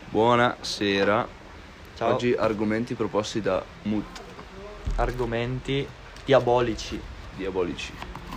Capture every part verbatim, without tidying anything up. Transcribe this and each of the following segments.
Buonasera. Ciao. Oggi argomenti proposti da Mut. Argomenti diabolici. Diabolici.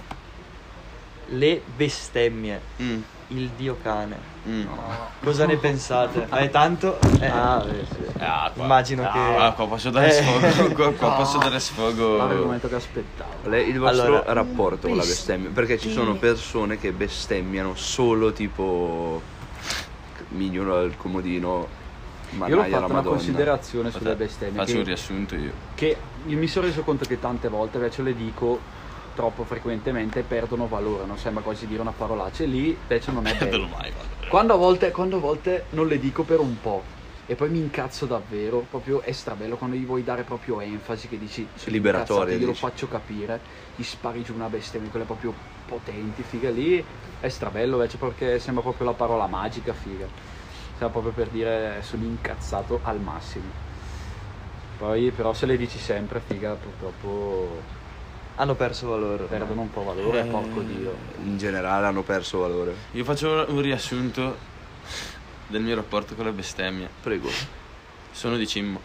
Le bestemmie. Mm. Il dio cane. Mm. Cosa ne pensate? Eh, tanto eh, Ah, beh, sì. Ah, qua. immagino Ah, che ah, qua posso dare Eh. sfogo. Qua, qua posso dare sfogo. L'argomento che aspettavo. Qual è il vostro Allora, rapporto con la bestemmia? Perché ci sono persone che bestemmiano solo tipo mignolo al comodino, Io l'ho mannaia la fatto una Madonna. considerazione sulle Aspetta, bestemmie Faccio che, un riassunto io. che io mi sono reso conto che tante volte invece le dico troppo frequentemente e perdono valore, non sembra quasi dire una parolaccia, e lì invece non è Perdono bello. mai, guarda. Quando a volte, quando a volte non le dico per un po' e poi mi incazzo davvero, proprio è strabello quando gli vuoi dare proprio enfasi, che dici Sì, liberatoria, "Cazzate, glielo dici." faccio capire, gli spari giù una bestemmia, quelle proprio potenti, figa, lì è strabello invece perché sembra proprio la parola magica, figa, sembra proprio per dire sono incazzato al massimo. Poi però se le dici sempre, figa, purtroppo hanno perso valore. perdono un po' valore, Eh. porco dio. In generale hanno perso valore. Io faccio un riassunto del mio rapporto con le bestemmie. Prego. Sono di Cimmo.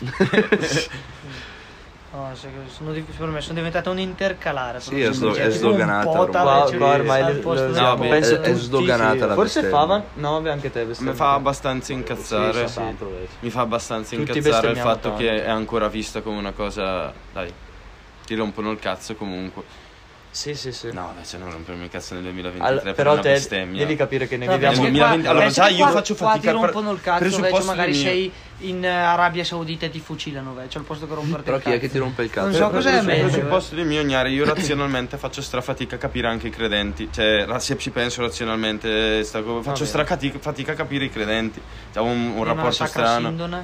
No, se- sono, div- per me sono diventata un intercalare. Sì, proprio è sdo- c'è è tipo un sdoganata pota, ormai. Qua, invece, qua ormai al le- posto lo- del no, pota. penso è- è tutti, sdoganata la Forse bestemmia. Fava? No, vabbè, anche te bestemmia. Mi fa abbastanza incazzare. Sì, tanto, invece. Mi fa abbastanza Tutti incazzare il bestemmiamo fatto tanto. che è ancora vista come una cosa. Dai, ti rompono il cazzo comunque. Sì, sì, sì. No, invece non rompermi il cazzo nel Al- duemilaventitré per però una te bestemmia. devi capire che ne No, viviamo. penso che Nel qua- duemilaventi allora, penso già che io qua- faccio qua fatica ti per- rompono il cazzo, invece presupposto magari mio. sei in eh, Arabia Saudita e ti fucilano, invece al posto che romperti Però il chi è cazzo. che ti rompe il cazzo? Non so cos'è Il meglio. presupposto di mio ignare, io razionalmente faccio strafatica a capire anche i credenti. Cioè, ra- se ci penso razionalmente, sta co- faccio bene. strafatica fatica a capire i credenti. Cioè, ho un, un Prima la rapporto Sacra strano. Sindone.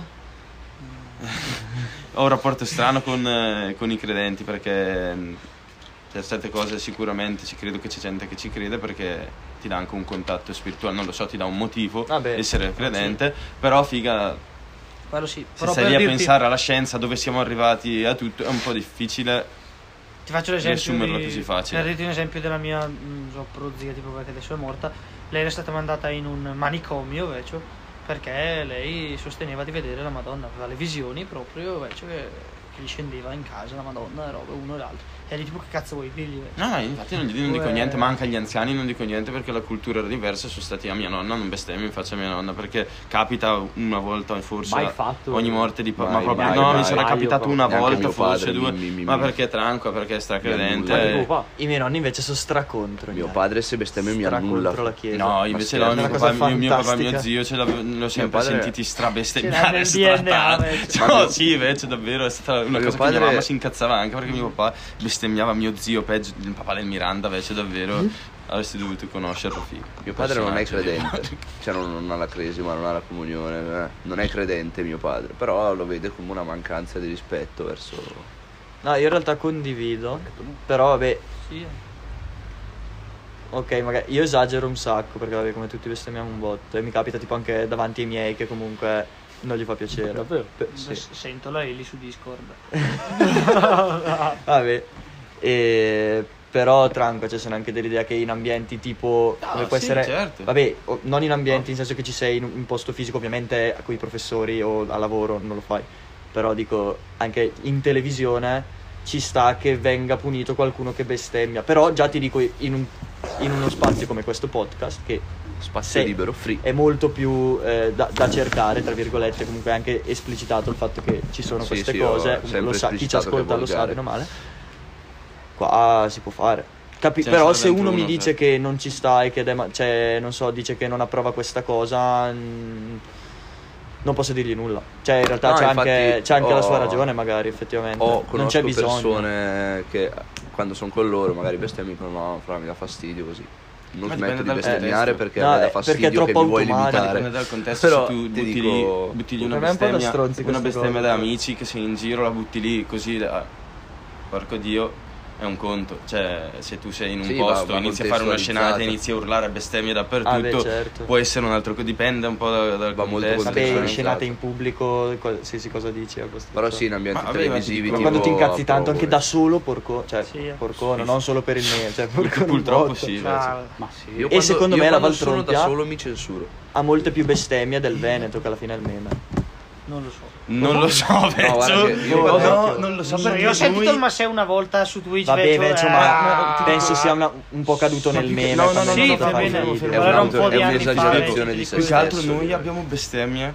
Ho un rapporto strano con, eh, con i credenti perché mh, per certe cose sicuramente ci credo che c'è gente che ci crede perché ti dà anche un contatto spirituale, non lo so, ti dà un motivo Vabbè, essere credente, però figa, Quello sì. se Però stai per lì a dirti- pensare alla scienza, dove siamo arrivati, a tutto, è un po' difficile. Ti faccio l'esempio riassumerlo di, così facile. per dirti un esempio della mia mm, so, prozia, tipo perché adesso è morta. Lei era stata mandata in un manicomio invece perché lei sosteneva di vedere la Madonna, aveva le visioni proprio invece che, che gli scendeva in casa la Madonna e robe uno e l'altro. E lì tipo che cazzo vuoi dirgli? No, no, infatti non, gli- non dico Eh. niente, ma anche agli anziani non dico niente perché la cultura era diversa. Sono stati a mia nonna, non bestemmio in faccia a mia nonna perché capita una volta forse Mai fatto? ogni morte di pa- Mai, ma proprio mai, no, mai. mi sarà Mai, capitato io una proprio. volta Neanche mio forse padre, due, mi- mi- ma mi- perché è tranquilla, perché è Mi stracredente. annulla. Ma e- tipo, va. I miei nonni invece sono stracontro. Mio gli padre se bestemmia mi Stra annulla. contro la chiesa. No, Ma invece scherzo. no, È mio una papà, cosa mio, mio papà e mio fantastica. zio ce l'avevo- l'ho sempre padre- sentiti Ce strabestemmiare, l'ha nel D N A, stratare. invece. No, Ma mio- sì, invece davvero è stata una mio cosa che padre- mia mamma si incazzava anche perché mio papà bestemmiava mio zio, peggio, il papà del Miranda, invece davvero avresti dovuto conoscerlo, figo. Mio padre non è Personaggio. credente, cioè non, non ha la cresima, non ha la comunione, eh. Non è credente mio padre, però lo vede come una mancanza di rispetto verso... No, io in realtà condivido. Però vabbè, Sì. ok, magari io esagero un sacco perché vabbè, come tutti bestemmiamo un botto. E mi capita tipo anche davanti ai miei che comunque non gli fa piacere. Davvero? Pe- sì. S- Sento la Eli su Discord. Vabbè, e però tranquillo, cioè sono anche dell'idea che in ambienti tipo No, come può sì, essere, certo. vabbè, o- non in ambienti in senso che ci sei in un in posto fisico, ovviamente con i professori o a lavoro non lo fai, però dico anche in televisione ci sta che venga punito qualcuno che bestemmia, però già ti dico in, un, in uno spazio come questo podcast che Spazio Sì. libero, free. è molto più eh, da, da cercare, tra virgolette, comunque è anche esplicitato il fatto che ci sono Sì, queste sì, ho cose, sempre lo sa, chi ci esplicitato che è ascolta lo sa volgare. bene o male. Qua si può fare. Capi- Ce ne però sarà se dentro uno mi uno, dice certo. che non ci sta e che dema- cioè, non so, dice che non approva questa cosa, mm, non posso dirgli nulla. Cioè in realtà No, c'è infatti, anche, c'è anche la sua ho- ragione magari effettivamente. Ho, non conosco c'è bisogno. persone che quando sono con loro magari bestemmiano, no, però mi dà fastidio così. Non Ma smetto dipende di dal bestemmiare contesto. perché No, a me eh, dà perché è fastidio che troppo mi vuoi automatico. limitare. Dipende dal contesto, Però se tu ti butti dico- lì, butti lì una Per me è un po' da bestemmia, stronzi una queste bestemmia cose. da amici che sei in giro, la butti lì così, da- porco Dio, è un conto, cioè se tu sei in un Sì, posto, va- va inizi a fare una scenata, contestualizzata. inizi a urlare a bestemmie Ah, dappertutto, beh, certo. può essere un altro co- dipende un po' da- dal Va molto contesto. Vabbè, contestualizzato. scenate in pubblico, qualsiasi cosa dici. è abbastanza- Però sì, in ambienti Ma vabbè, ma televisivi tipo- Ma quando ti tipo incazzi tanto approvo, anche eh. da solo, porco, cioè Sì. porcono, Sì, non sì. solo per il meme, cioè porcono un Purtroppo botto. sì, Ciao. Ma sì. Io E quando- secondo io me la quando sono da Valtrompia- solo mi censuro. Ha molte più bestemmie del Veneto, che alla fine è il meme. Non lo so. Non lo so, guarda Vecchio. che io no, quando- non lo so Io perché ho sentito lui... il Masseo una volta su Twitch. Vabbè, Vecchio, Vecchio, eh, ma ah, penso sia una- un po' caduto Ma nel più che- meme. no, no, quando no, è Sì, venuto a fa fare bene, video. È ma era un un'auto- po' di è anni un'esagerazione fa. di se Più che altro stesso. noi abbiamo bestemmie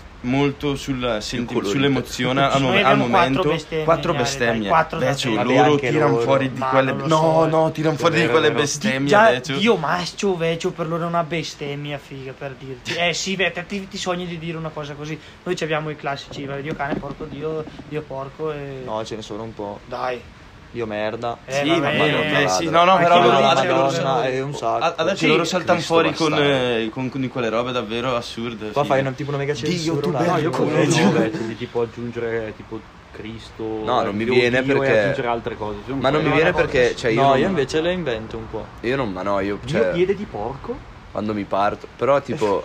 molto sul senti- colorite. sull'emozione al, Noi mom- al abbiamo quattro momento bestemmie, quattro dai, bestemmie dai, quattro da Vecchio, te. Vabbè, loro anche tirano loro. fuori di Ma quelle non lo no so, eh. no tirano fuori di Vero, quelle vero. bestemmie Già, Vecchio. Dio Maschio, Vecchio, per loro è una bestemmia, figa, per dirti. Eh sì, ve- te ti, ti sogni di dire una cosa così. Noi ci abbiamo i classici, vabbè, Dio cane, porco Dio, Dio porco e... No, ce ne sono un po'. Dai. Io merda. Eh, Sì, vabbè, ma eh, eh, sì, ladra. no, no, Anche però io loro, lo adesso dico, loro Madonna, saltano- è un sacco. a- adesso Sì, loro saltano Cristo fuori con, bastardo. eh, con, con di quelle robe davvero assurde. Qua sì. fai una, tipo una mega censura. Dio, tu un bello, No, attimo, io quello Vecchio. no, Vecchio, di tipo aggiungere tipo Cristo. No, non mi Dio, viene Dio, perché- E aggiungere altre cose. Sono Ma non mi quelle- viene perché, cioè io No, non, io invece le invento un po'. io non, ma no, io, Dio cioè, piede di porco? quando mi parto, però tipo,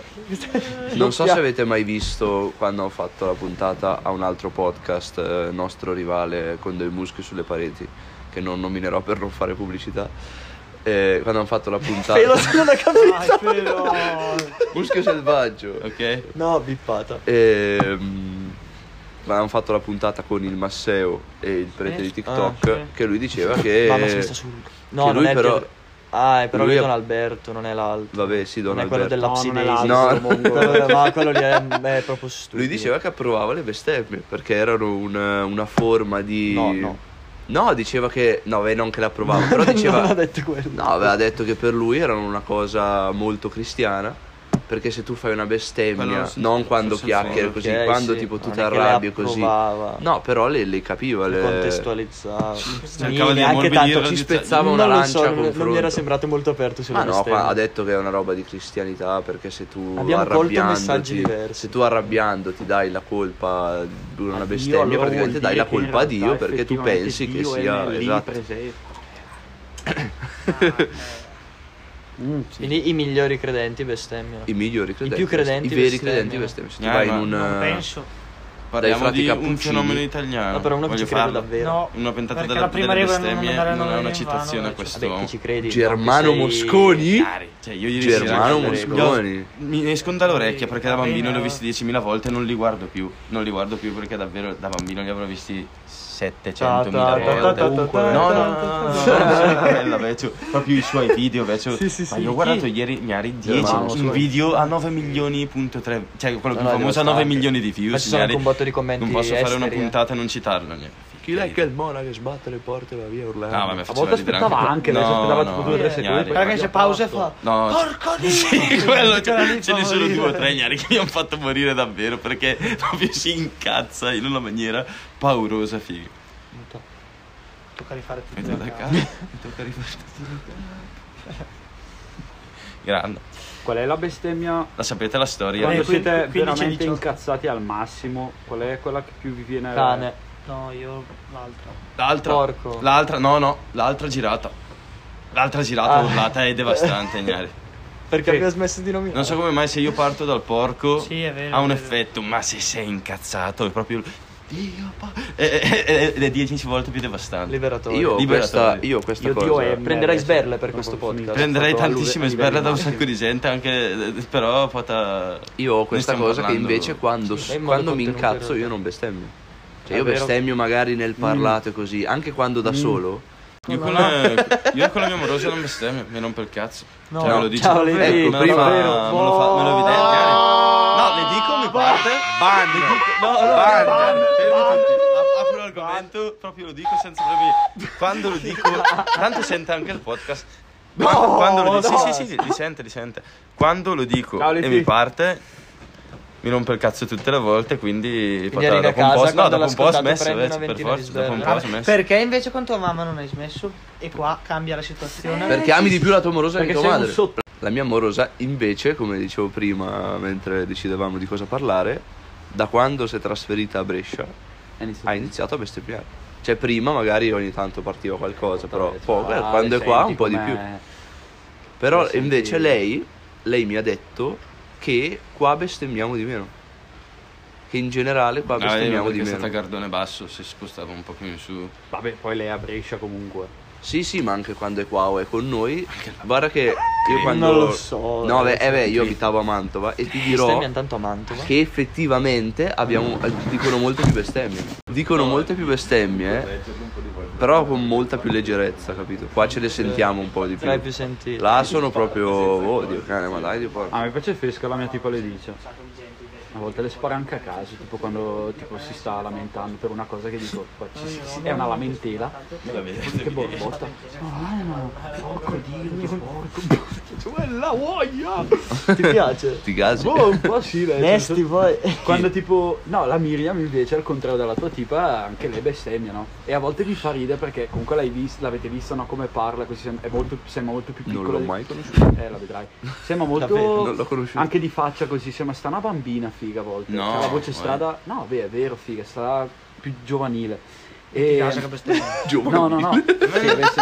non so se avete mai visto quando ho fatto la puntata a un altro podcast, eh, nostro rivale con dei muschi sulle pareti, che non nominerò per non fare pubblicità, eh, quando hanno fatto la puntata, Pelo se non ha capito. Dai, però... muschio selvaggio, Ok? No, bippata. Ehm, ma hanno fatto la puntata con il Masseo e il prete Eh, di TikTok, ah, sì. che lui diceva che, Mamma, se mi sta sul. No, che non lui è il però, Pier- Ah, è però lui lui è- Don Alberto, non è l'altro. vabbè sì, Don Non è quello Alberto. dell'Apsidesi. No, quello, ma quello lì è, è proprio stupido. Lui diceva che approvava le bestemmie perché erano una, una forma di... No, no. No, diceva che... No, beh, non che l'approvava, però Non diceva... ha detto quello. No, aveva detto che per lui erano una cosa molto cristiana. Perché se tu fai una bestemmia, Quello sì, non sì, quando sì, chiacchieri sì, così, ok, quando sì. tipo tu Non ti è che le arrabbi così. approvava. No, però le, le capiva, le... Contestualizzava. cercava di Neanche ammorbidire tanto la ci Ci Cioè, spezzava non una lo lancia so, a non, non mi confronto. era sembrato molto aperto sulle Ma no, bestemmie. qua ha detto che è una roba di cristianità perché se tu Abbiamo colto messaggi arrabbiandoti, diversi. se tu arrabbiandoti dai la colpa di una A Dio, bestemmia, allora praticamente vuol dai la dire che in colpa a realtà Dio perché tu effettivamente pensi che Dio è sia lì esatto. presente. Mm, sì. Quindi i migliori credenti bestemmiano. I migliori credenti, più credenti i veri bestemmiano. credenti bestemmiano. Se tu Eh, vai in ma un Non eh, penso. Parliamo frati di un cappuccini. fenomeno italiano. No, però uno che Voglio ci crede farlo. davvero. No, Una puntata perché delle, la prima delle regola è non bestemmie andare a non è noi una in citazione vano, a cioè. questo Vabbè, chi ci credi? Germano Anche se- Mosconi? Chiari. Cioè, io ieri Germano sera- Mosconi. Io- mi escono dall'orecchia perché da Va bambino bene, li ho va. visti diecimila volte e non li guardo più. Non li guardo più perché davvero da bambino li avrò visti settecentomila Ta ta ta volte. ta ta ta No, no, ta no, ta no, ta. no, no, quella, vecchio. Proprio i suoi video, vecchio. Sì, sì, Ma sì. io ho guardato ieri Gnari dieci Germano, un sì. video a nove milioni punto tre, cioè quello No, più no, famoso a devastante. nove milioni di views. Ma ci sono Gnari. anche un botto di commenti Non posso fare una esteri, eh. puntata e non citarlo. Gnari. Chi è che è il mona che sbatte le porte e va via urlando? Ah, vabbè, A faceva volte ridere aspettava anche, adesso aspettava tipo due o tre Gnari. secondi. Perché c'è pausa e fa. No, Porco Dio! sì, quello Quella ce, lì ce fa ne sono morire. due o tre Gnari che mi hanno fatto morire davvero perché proprio si incazza in una maniera paurosa, figa. Tocca rifare Mi tutto. tocca da da capo. capo, mi tocca rifare tutto da capo. Grande. Qual è la bestemmia? La sapete la storia? Quando quindi- siete quindici, veramente diciotto. incazzati al massimo, qual è quella che più vi viene? Cane. No, io l'altra. L'altra. Porco. L'altra, no, no, l'altra girata. L'altra girata Ah. urlata è devastante, Gnari. Perché Sì. abbiamo smesso di nominare. Non so come mai se io parto dal porco Sì, è vero, ha un è vero. effetto, ma se sei incazzato è proprio Dio pa- è- è- è- ed è dieci volte più devastante. Liberatore. Io questa, Liberatore. io questa Io cosa Dio è- Prenderai Eh, sberle per sì. questo Proprio podcast. Prenderei fatto a tantissime livelli sberle da un massimi. sacco di gente, anche eh, però pota... Io ho ne questa stiamo cosa che parlando- invece quando, Sì, ma in modo quando mi contenuto, in incazzo io realtà. non bestemmio. Cioè È io vero. bestemmio magari nel parlato e così, anche quando da solo. Io con, le- io con la mia amorosa non bestemmio, mi rompe il cazzo. No. Cioè, me lo dice. Ciao, Lady. Ecco, Ecco, me, prima- lo fa, vero. me lo fa, me lo evidenzia. No, le dico, mi parte. Ban! No, no, no, fermi tutti. Ap- Apro l'argomento, proprio lo dico senza problemi. Quando lo dico, tanto sente anche il podcast. Quando, quando lo dico, sì, sì, sì, li sente, li sente. Quando lo dico Ciao, e Leti. mi parte, mi rompe il cazzo tutte le volte, quindi, Quindi arrivi a dopo un po', casa, no, quando dopo un po' ho l'ascoltate smesso, prendi una invece, per ventina di forza, dopo un sberle. po' ho Vabbè, smesso. perché invece con tua mamma non hai smesso? E qua cambia la situazione. Perché ami di più la tua amorosa che Perché tua sei un madre. sotto. La mia amorosa invece, come dicevo prima mentre decidevamo di cosa parlare, da quando si è trasferita a Brescia È iniziato. ha iniziato a bestemmiare. Cioè prima magari ogni tanto partiva qualcosa, però Vabbè, poco, ah, quando è qua senti un po' di com'è. più. Però Senti- invece lei, lei mi ha detto che qua bestemmiamo di meno. Che in generale qua Ah, bestemmiamo di perché è stata a meno. Gardone Basso, si è spostata un po' più in su. Vabbè, poi lei è a Brescia comunque. Sì, sì, ma anche quando è qua o è con noi. Guarda che io quando... Non lo so. No, beh, eh beh, io Sì. abitavo a Mantova e ti dirò Bestemmiano tanto a Mantova. che effettivamente abbiamo, eh, dicono molte più bestemmie. Dicono molte più bestemmie, però con molta più leggerezza, capito? Qua ce le sentiamo un po' di più. Tra i più sentiti. Là sono proprio, oh Dio cane, ma dai, Dio porco. Ah, mi piace Fesca, la mia tipa le dice. A volte le spara anche a caso, tipo quando tipo, si sta lamentando per una cosa che dico, "Qua ci- ci- ci- è una lamentela, che borbotta. Ah, no, porco Dio, che porco. Cioè, la voglia! Ti piace? Ti casi? Boh, un po' sì, lei. Nesti poi. Quando tipo, no, la Miriam invece al contrario della tua tipa, anche lei bestemmia, no? E a volte mi fa ridere perché comunque l'hai vista, l'avete vista, no? Come parla, così sem- è molto, sembra molto più Non piccola. l'ho di- mai conosciuto. Eh, la vedrai. Sembra molto, Davvero? Non l'ho conosciuto. anche di faccia così, sembra sta una bambina figa a volte. No, C'ha la voce eh. strada, no, beh, è vero, figa, sta più giovanile. Ti E... casa che bestemmia. No, no, no. Sì, avesse-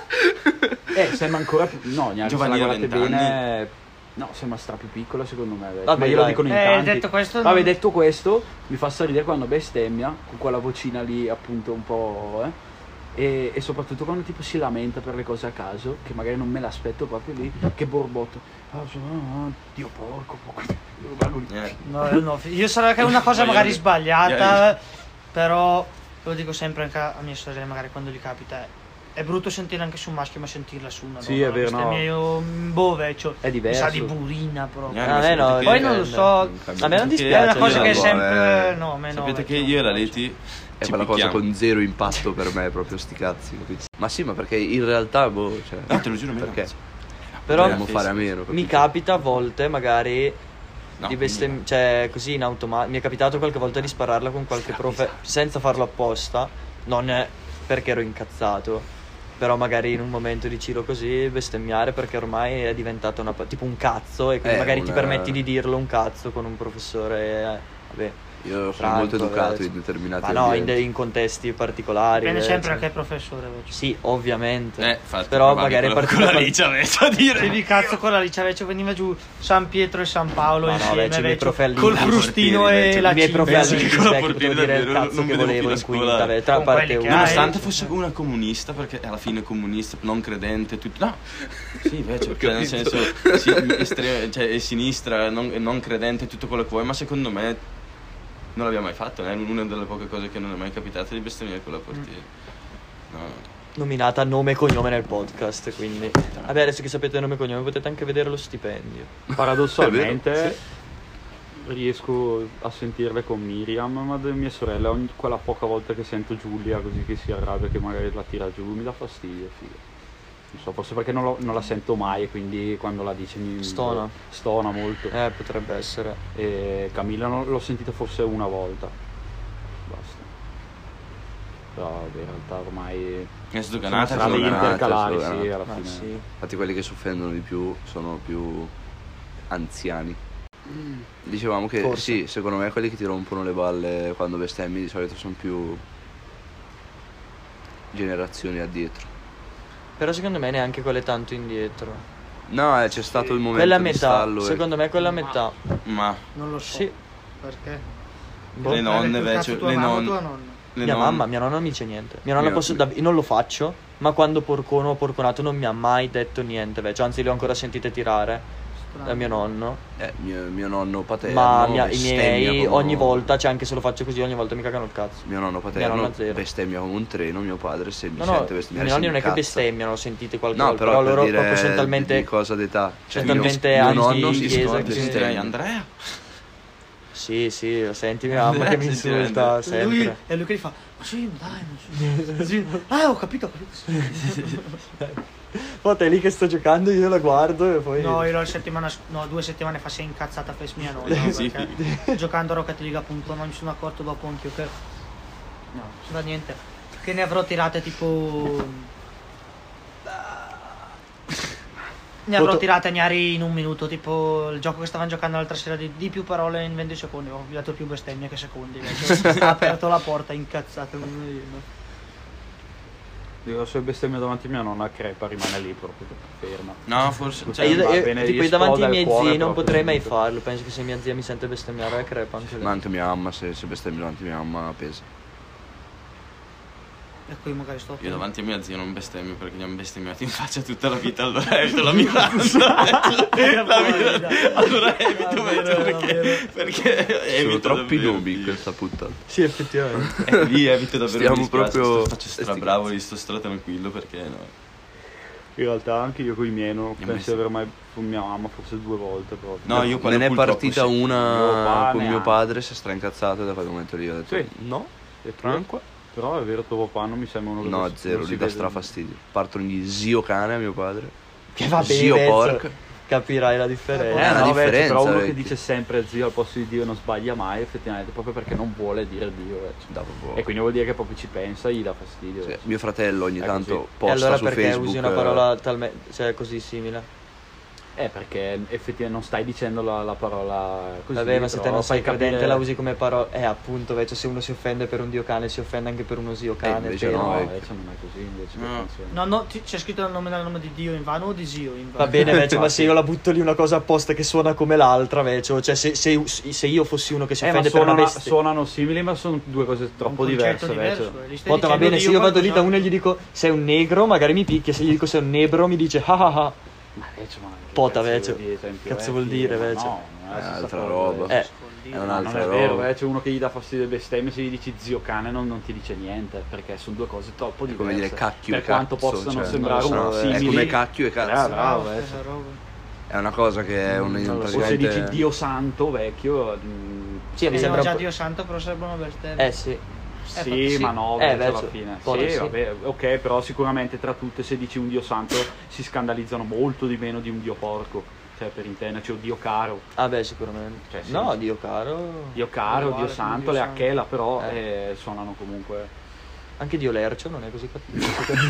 Eh, sembra ancora più. No, neanche se la Giovanile, guardate vent'anni. bene. No, sembra stra più piccola secondo me. vecchio. Vabbè, Ma io lo dai. dicono in Eh, tanti. detto questo, Vabbè, non- detto questo, mi fa sorridere quando bestemmia, con quella vocina lì appunto un po'. Eh? E, e soprattutto quando tipo si lamenta per le cose a caso, che magari non me l'aspetto proprio lì, che borbotto. Ah, so- ah, Dio porco, porco. Eh. No, io no, io sarà che è una cosa Ma io- magari io- sbagliata, però lo dico sempre anche a mia sorella, magari quando gli capita. È brutto sentire anche su un maschio, ma sentirla su una Sì, donna. è vero, la bestemmia, io, boh, vecchio. È diverso. Mi sa di burina proprio. Eh, A me no, sapete Poi che- non lo dipende. so, A me non Perché- dispiace. è una cosa io che è la- sempre... eh, No, a me no. Sapete che vecchio, io e la non lo so. Leti È ci quella cosa picchiamo. con zero impatto per me, proprio sti cazzi, capito? Ma sì, ma perché in realtà, boh, cioè... No, te lo giuro, a me perché? non- Però Dovremmo fare a meno, capito? mi capita a volte magari No, di bestem- cioè così in automatico. Mi è capitato qualche volta di spararla con qualche profe senza farlo apposta, non è perché ero incazzato. Però magari in un momento di giro così bestemmiare perché ormai è diventata una pa- tipo un cazzo e quindi Eh, magari ti una- permetti di dirlo un cazzo con un professore, eh, vabbè. Io sono Franco, molto educato eh, in determinati Ma no, in, ambienti. Dipende in contesti particolari. eh, sempre cioè. anche il professore, vecchio. Sì, ovviamente. Eh, infatti, però guardi, magari quello- partita con la qual- Licia avete a dire. Se di cazzo con la Licia, vecchio, veniva giù San Pietro e San Paolo Ma no, insieme, vecchio, i miei vecchio, profili- col la frustino portieri, e vecchio. la I miei cinta. profili Penso di che con la specchio portiere potevo dire il davvero cazzo non che vedevo volevo più in la quinta, scuola. ve- tra Con parte quelli che uno. hai. Nonostante fosse una comunista, perché alla fine comunista, non credente, tutto. No, sì, invece, cioè, nel senso, sì, estre- cioè, è sinistra, non, non credente, tutto quello che vuoi, ma secondo me non l'abbiamo mai fatto, è una delle poche cose che non è mai capitata di bestemmiare con la portiere. No. Nominata nome e cognome nel podcast, quindi vabbè, adesso che sapete nome e cognome potete anche vedere lo stipendio. Paradossalmente riesco a sentirle con Miriam, ma delle mie sorelle, ogni, quella poca volta che sento Giulia così che si arrabbia, che magari la tira giù, mi dà fastidio, figa. Non so, forse perché non, lo- non la sento mai e quindi quando la dice mi Stona. stona molto. Eh, potrebbe essere. E Camilla non- l'ho sentita forse una volta. Basta. Però vabbè, in realtà ormai È sdoganata, sono strade sdoganata, intercalari, sì, sdoganata. alla Ma fine. sì. Infatti quelli che si offendono di più sono più anziani. Dicevamo che Forse. sì, secondo me quelli che ti rompono le balle quando bestemmi di solito sono più generazioni addietro. Però secondo me neanche quelle tanto indietro. No, eh, c'è stato il momento Quella a di metà, stallo. e- secondo me quella a metà. Ma Non lo so. Sì. Perché? Boh. le nonne, Eh, che cazzo invece, tua le mamma o nonne, tua nonna? le Mia nonne- mamma, mia nonna non mi dice niente. Mia nonna Mia- posso, dav- non lo faccio, ma quando porcono o porconato non mi ha mai detto niente, vecchio. Anzi, le ho ancora sentite tirare da mio nonno. Eh, mio, mio nonno paterno. Ma mia- i bestemmia miei come- ogni volta, cioè anche se lo faccio così, ogni volta mi cagano il cazzo. Mio nonno paterno nonna zero. bestemmia come un treno, mio padre se mi No, no, sente i bestemmiare miei nonni si non è che incazza. bestemmiano, lo sentite qualche No, volta, però, però, per loro dire proprio sono di- talmente di cosa d'età. Cioè, Sono mio- talmente mio anni nonno di si chiesa scorda che di si Sentirei bestemmia. Andrea. Sì, sì, lo senti mia mamma che mi Sentirei insulta Andrea. Lui, sempre. è lui che gli fa, ma sì, ma dai, non so. Sì. Ah, ho capito, ho capito. Poi te lì che sto giocando io la guardo e poi No, io la settimana, s- no, due settimane fa si è incazzata per mia nonna, Sì. perché giocando a Rocket League appunto, ma mi sono accorto dopo anch'io che no, da niente, che ne avrò tirate tipo ne avrò Foto- tirate gnari in un minuto, tipo il gioco che stavano giocando l'altra sera di, di più parole in venti secondi, ho dato più bestemmie che secondi, invece. Ha aperto la porta incazzato. Dico, se bestemmio davanti a mia nonna crepa, rimane lì proprio ferma. No, forse. Eh, Cioè, io, va io- bene, tipo gli io davanti esploda ai il miei cuore zii non proprio potrei mai subito. farlo. Penso che se mia zia mi sente bestemmiare crepa anche lei. Ma anche mia mamma, se, se bestemmio davanti a mia mamma, pesa. E qui magari sto io davanti a mia zia non bestemmio perché gli hanno bestemmiato in faccia tutta la vita, allora evito la minoranza. La minoranza. Allora evito meglio perché, perché Sono evito troppi davvero nomi in di- questa puntata. Sì, effettivamente. Eh, lì evito davvero. Stiamo mi dispiace, proprio- sto- faccio stra sti bravo, cazzi. lì sto stra tranquillo perché no. In realtà anche io con i miei non Io penso mi- di aver mai con mia mamma forse due volte proprio. No, io Me ne è purtroppo partita sì. Mio una papà con mio neanche. padre, si è straincazzato e da quel momento lì ho detto Sì. no, E tu? tranqua. Però è vero, tuo papà non mi sembra uno che No, non zero, si gli dà vede- strafastidio. Partono gli zio cane a mio padre. Che va bene, Zio Vezzo, porco. capirai la Eh, differenza. È una no, vecchio, differenza, però uno che vecchio. dice sempre zio al posto di Dio non sbaglia mai, effettivamente, proprio perché non vuole dire Dio. vecchio. Dà proprio- E quindi vuol dire che proprio ci pensa e gli dà fastidio. Sì, vecchio. mio fratello ogni È tanto così. E posta allora su perché Facebook. usi una eh, parola talmente, cioè così simile? Eh, perché effettivamente non stai dicendo la, la parola così. Vabbè, ma se te però non sei fai credente capire- la usi come parola. Eh, appunto, invece se uno si offende per un dio cane, si offende anche per uno zio cane. invece però- no, No, eh. invece non è così, invece No. penso- No, no, ti- c'è scritto il nome, il nome di Dio in vano o di zio in vano? Va bene, invece, ma se io la butto lì una cosa apposta che suona come l'altra, invece, cioè se, se- se io fossi uno che si Eh, ma offende per una suonano, bestia. suonano simili, ma sono due cose troppo Un concetto diverse. diverso, invece. eh, gli stai Pota, va dicendo bene, se Dio io vado lì da qualcosa- uno e gli dico sei un negro, magari mi picchia, se gli dico sei un nebro mi dice ah ah ah. Ma invece, ma che Pota, cazzo vece. vuol dire, esempio, Cazzo eh, vuol dire, ma vece? No, non è la È stessa un'altra cosa, roba. vece. Eh, È Ma un'altra non è vero, roba. eh, c'è uno che gli dà fastidio alle bestemmie, se gli dici zio cane non, non ti dice niente, perché sono due cose troppo È diverse. come dire cacchio per e quanto cazzo, possano cioè, sembrare non lo uno so, simili. è come cacchio e cazzo. Eh, bravo, Ah, eh. questa roba. È una cosa che è un Non lo so, praticamente- se dici Dio santo vecchio, mm, Sì, mi Eh, sembra no, già un po'- Dio santo, però serve una bestemmia. Eh sì. sì, proprio sì. ma no, Eh, vece, beh, alla cioè, fine. poi Sì, sì. vabbè, ok, però sicuramente tra tutte se dici un Dio santo si scandalizzano molto di meno di un Dio porco. Cioè, per intenderci, o Dio caro. Ah beh, sicuramente. Cioè, sì. No, Dio caro. Dio caro, Uguale, Dio santo, Dio le santo. Achela, però Eh. eh, suonano comunque. Anche Dio lercio non è così cattivo.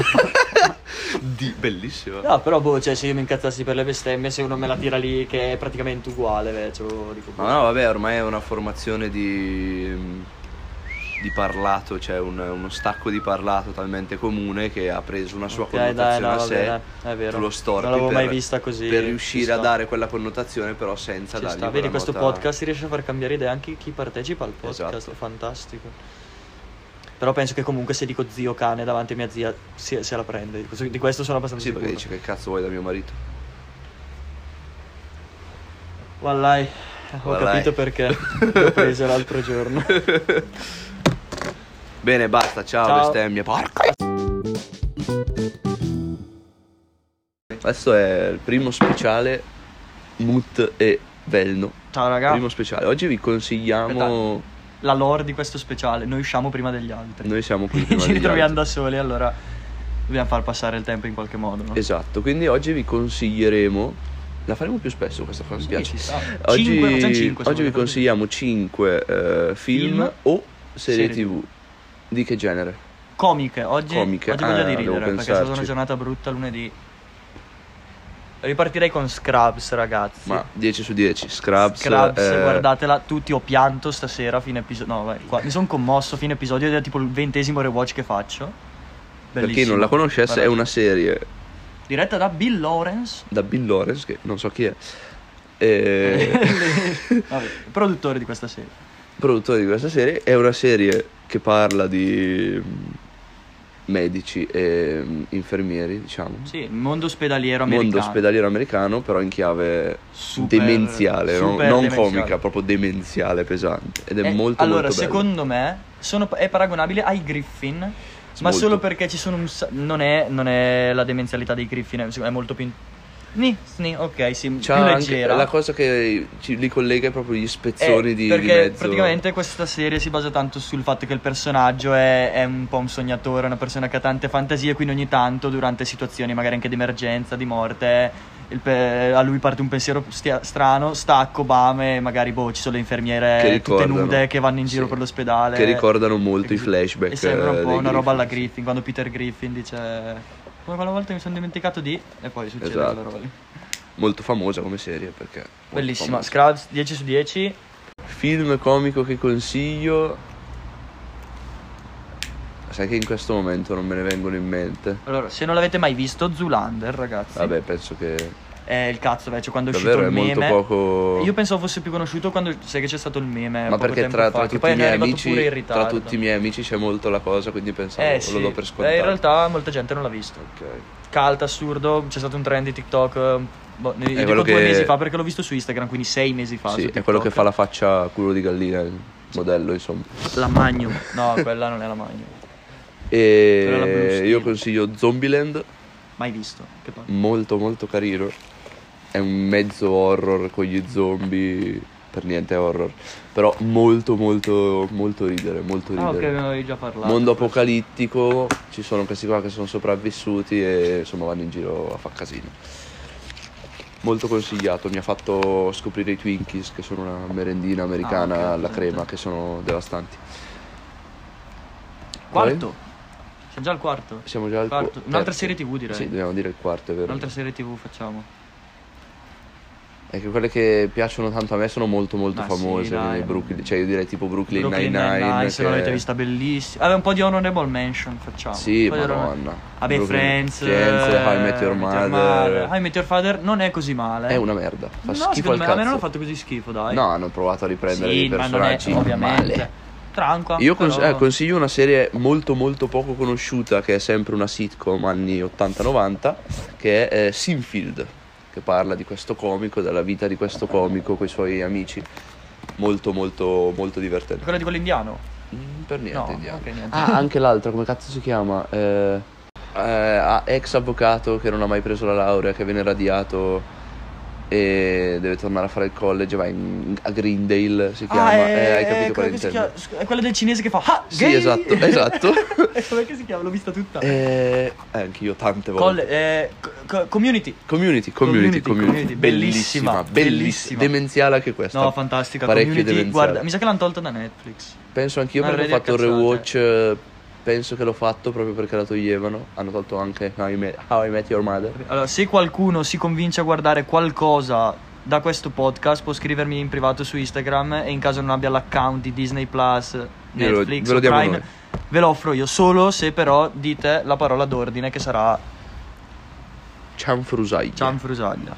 Di- bellissimo. No, però boh, cioè se io mi incazzassi per le bestemmie, se uno me la tira lì che è praticamente uguale, invece lo dico boh. Ma no, vabbè, ormai è una formazione di, di parlato, cioè un- uno stacco di parlato talmente comune che ha preso una sua Ok, connotazione dai, no, a va sé. bene, è vero. Tu lo storpi Non l'avevo per, mai vista così. per ci riuscire a sta. dare quella connotazione, però senza Ci dargli sta. quella Vedi, questo nota- podcast riesce a far cambiare idea anche chi partecipa al podcast, Esatto. è fantastico. Però penso che comunque se dico zio cane davanti a mia zia se, se la prende. Di questo- Di questo sono abbastanza Sì, perché sicuro. dice che cazzo vuoi da mio marito? Wallai, ho Wallai. capito perché l'ho preso l'altro giorno. Bene, basta, ciao, Ciao. bestemmia. Porca. Questo è il primo speciale Mut e Velno. Ciao raga, Primo speciale. Oggi vi consigliamo. la lore di questo speciale, noi usciamo prima degli altri. Noi siamo qui prima Ci degli ritroviamo altri. da soli, allora dobbiamo far passare il tempo in qualche modo, no? Esatto, quindi oggi vi consiglieremo. La faremo più spesso questa cosa, mi Sì, piace. ci sta. Oggi, Cinque, facciamo cinque, oggi vi secondo me. consigliamo cinque film, Film o serie serie tv. Di che genere? Comiche, oggi, Comiche, oggi voglio ah, di devo ridere perché è stata una pensarci. giornata brutta lunedì. Ripartirei con Scrubs, ragazzi. Ma dieci su dieci. Scrubs. Scrubs, eh, guardatela tutti, ho pianto stasera, fine episodio. No, vai, qua. Mi sono commosso, fine episodio, ed è tipo il ventesimo rewatch che faccio. Per chi Bellissimo. non la conoscesse, è Guardate. una serie Diretta da Bill Lawrence, da Bill Lawrence, che non so chi è, e... Vabbè, il produttore di questa serie. produttore di questa serie. È una serie che parla di mm, medici e mm, infermieri, diciamo. Sì, il mondo ospedaliero americano. Mondo ospedaliero americano, però in chiave Super- demenziale, no? super non demenziale. comica, proprio demenziale, pesante. Ed è Eh, molto allora, molto bello. secondo me sono- è paragonabile ai Griffin, ma Molto. solo perché ci sono un sa- non è, non è la demenzialità dei Griffin, è è molto più in- Sni, sni, ok, sì, C'ha più anche leggera. la cosa che ci, li collega è proprio gli spezzoni Eh, di, perché di mezzo. praticamente questa serie si basa tanto sul fatto che il personaggio è, è un po' un sognatore, una persona che ha tante fantasie, quindi ogni tanto durante situazioni magari anche di emergenza, di morte, il pe- a lui parte un pensiero stia- strano, stacco, bame, e magari boh, ci sono le infermiere Che tutte ricordano. nude che vanno in giro Sì. per l'ospedale. Che ricordano molto E i così. flashback, E sembra un eh, po' dei una roba alla Griffin. Griffin, quando Peter Griffin dice come quella volta mi sono dimenticato di e poi succede Esatto. quella roba lì. Molto famosa come serie perché molto Bellissima, famosa. Scrubs dieci su dieci. Film comico che consiglio. sai che in questo momento non me ne vengono in mente. Allora, se non l'avete mai visto, Zoolander, ragazzi. Vabbè, penso che È il cazzo, cioè quando è davvero uscito è il meme. molto poco. Io pensavo fosse più conosciuto quando sai che c'è stato il meme. Ma poco perché tempo tra, fa, tra che tutti poi i è miei arrivato amici pure in tra ritardo. tutti i miei amici c'è molto la cosa, quindi pensavo Eh lo sì, do per eh, scontato. in realtà molta gente non l'ha visto. Ok. Cult, assurdo, c'è stato un trend di TikTok. Boh, io dico quello due che- mesi fa perché l'ho visto su Instagram, quindi sei mesi fa. Sì, su è quello che TikTok. fa la faccia culo di gallina, il modello, insomma. La Magnum. No, quella non è la Magnum. Quella è la Blue E Steel. io consiglio Zombieland, Mai visto. Che palle. molto molto carino. È un mezzo horror con gli zombie, per niente horror, però molto molto molto ridere, molto Ah, ok, ridere. me ne avevi già parlato. Mondo apocalittico, ci sono questi qua che sono sopravvissuti e insomma vanno in giro a far casino. Molto consigliato, mi ha fatto scoprire i Twinkies, che sono una merendina americana Ah, ok, alla presente. crema, che sono devastanti. Quarto. Siamo già al quarto. Siamo già al Quarto. qu- Un'altra terzo. serie tivù, direi. Sì, dobbiamo dire il quarto, è vero. Un'altra serie tivù facciamo. È che quelle che piacciono tanto a me sono molto molto Ma sì, famose, dai. quindi Brooklyn, cioè io direi tipo Brooklyn, Brooklyn Nine-Nine. Nine-Nine, se non che- l'avete vista, bellissima. Vabbè, un po' di honorable mention facciamo. Sì, Un po' di honorable- madonna. Vabbè, Brooklyn- Friends, Friends, How I Met Your eh, Mother. How I Met Your Father non è così male. È una merda, fa No, schifo secondo al me, cazzo. a me non ha fatto così schifo, dai. No, hanno provato a riprendere sì, i ma non è, personaggi ovviamente. male. Tranqua. Io cons- però- eh, consiglio una serie molto molto poco conosciuta, che è sempre una sitcom anni ottanta novanta, che è eh, Seinfeld, che parla di questo comico, della vita di questo comico con i suoi amici. Molto molto molto divertente. Quella di quell'indiano? Mm, per niente, No, indiano. ok, niente. Ah, anche l'altra, come cazzo si chiama? Eh, eh, ah, ex avvocato che non ha mai preso la laurea, che viene radiato e deve tornare a fare il college, va in, a Greendale, si chiama. Ah, Eh, è, hai capito quella quale che si intendo? chiama- è quella del cinese che fa ah, Sì, gay! esatto, esatto. E com'è che si chiama? L'ho vista tutta. Eh, eh, anch'io tante volte. Colle- eh, co- co- community. Community, community, Community, community, community, bellissima, bellissima, bellissima, bellissima. demenziale anche questa. No, fantastica. Parecchio Community, demenziale. guarda, mi sa che l'hanno tolta da Netflix. Penso anch'io Una perché ho rete fatto il cazzate. rewatch, eh, penso che l'ho fatto proprio perché la toglievano. Hanno tolto anche How I Met, How I Met Your Mother. Allora, se qualcuno si convince a guardare qualcosa da questo podcast, può scrivermi in privato su Instagram e in caso non abbia l'account di Disney Plus, Glielo- Netflix ve lo o diamo Prime, noi. ve lo offro io, solo se però dite la parola d'ordine che sarà Cianfrusaglia. Cianfrusaglia.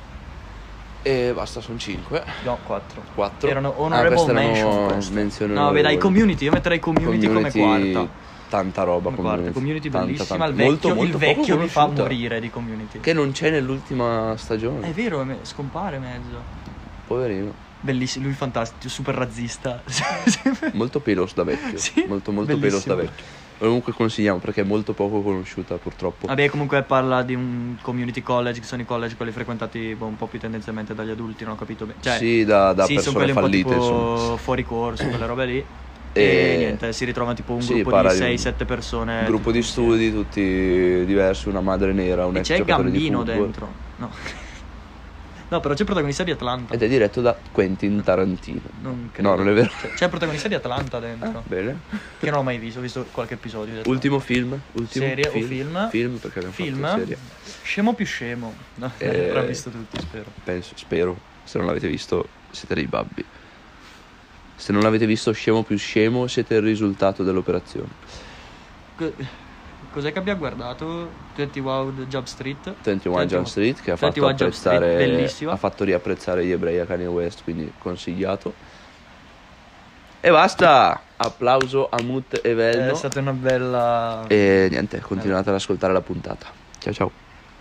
E basta, sono cinque. No, quattro. quattro. Erano Ah, honorable queste erano mention queste. menzioni No, vabbè, dai, onorevoli. community, io metterei community, Community, come quarta. Tanta roba. Come quarta, community Tanta, bellissima, tanta. il vecchio, Molto, molto il vecchio poco mi fa conosciuta. morire di community. Che non c'è nell'ultima stagione. È vero, me- scompare mezzo. Poverino. Bellissimo, lui fantastico, super razzista. Molto pelos da vecchio. Sì, molto molto pelos bellissimo. da vecchio. Comunque consigliamo perché è molto poco conosciuta purtroppo. Vabbè, comunque parla di un community college, che sono i college quelli frequentati boh, un po' più tendenzialmente dagli adulti, non ho capito bene. Cioè, sì, da, da sì, sono persone quelli un po' fallite, tipo insomma. fuori corso, quelle robe lì. E, E- niente, si ritrova tipo un sì, gruppo parla di di un sei sette persone. Un gruppo tutti di insieme. studi, tutti diversi, una madre nera, un E ex c'è il giocatore di Gambino football. dentro. No. No, però c'è il protagonista di Atlanta. Ed è diretto da Quentin Tarantino. Non credo. No, non è vero. C'è, c'è il protagonista di Atlanta dentro. Bene. Che non ho mai visto, ho visto qualche episodio. di Atlanta. Ultimo film? Ultimo Serie o film? film? Film, perché abbiamo Film? fatto serie. Scemo più scemo. No, Eh, l'avrò visto tutti, spero. Penso, spero. Se non l'avete visto, siete dei babbi. Se non l'avete visto, scemo più scemo, siete il risultato dell'operazione. Co- Cos'è che abbia guardato? ventuno Job Street. ventuno Jump Street, che ha fatto ventuno Jump Street, apprezzare, bellissima. ha fatto riapprezzare gli ebrei a Kanye West, quindi consigliato. E basta! Applauso a Mut e Velno. È stata una bella. E niente, continuate ad ascoltare la puntata. Ciao ciao.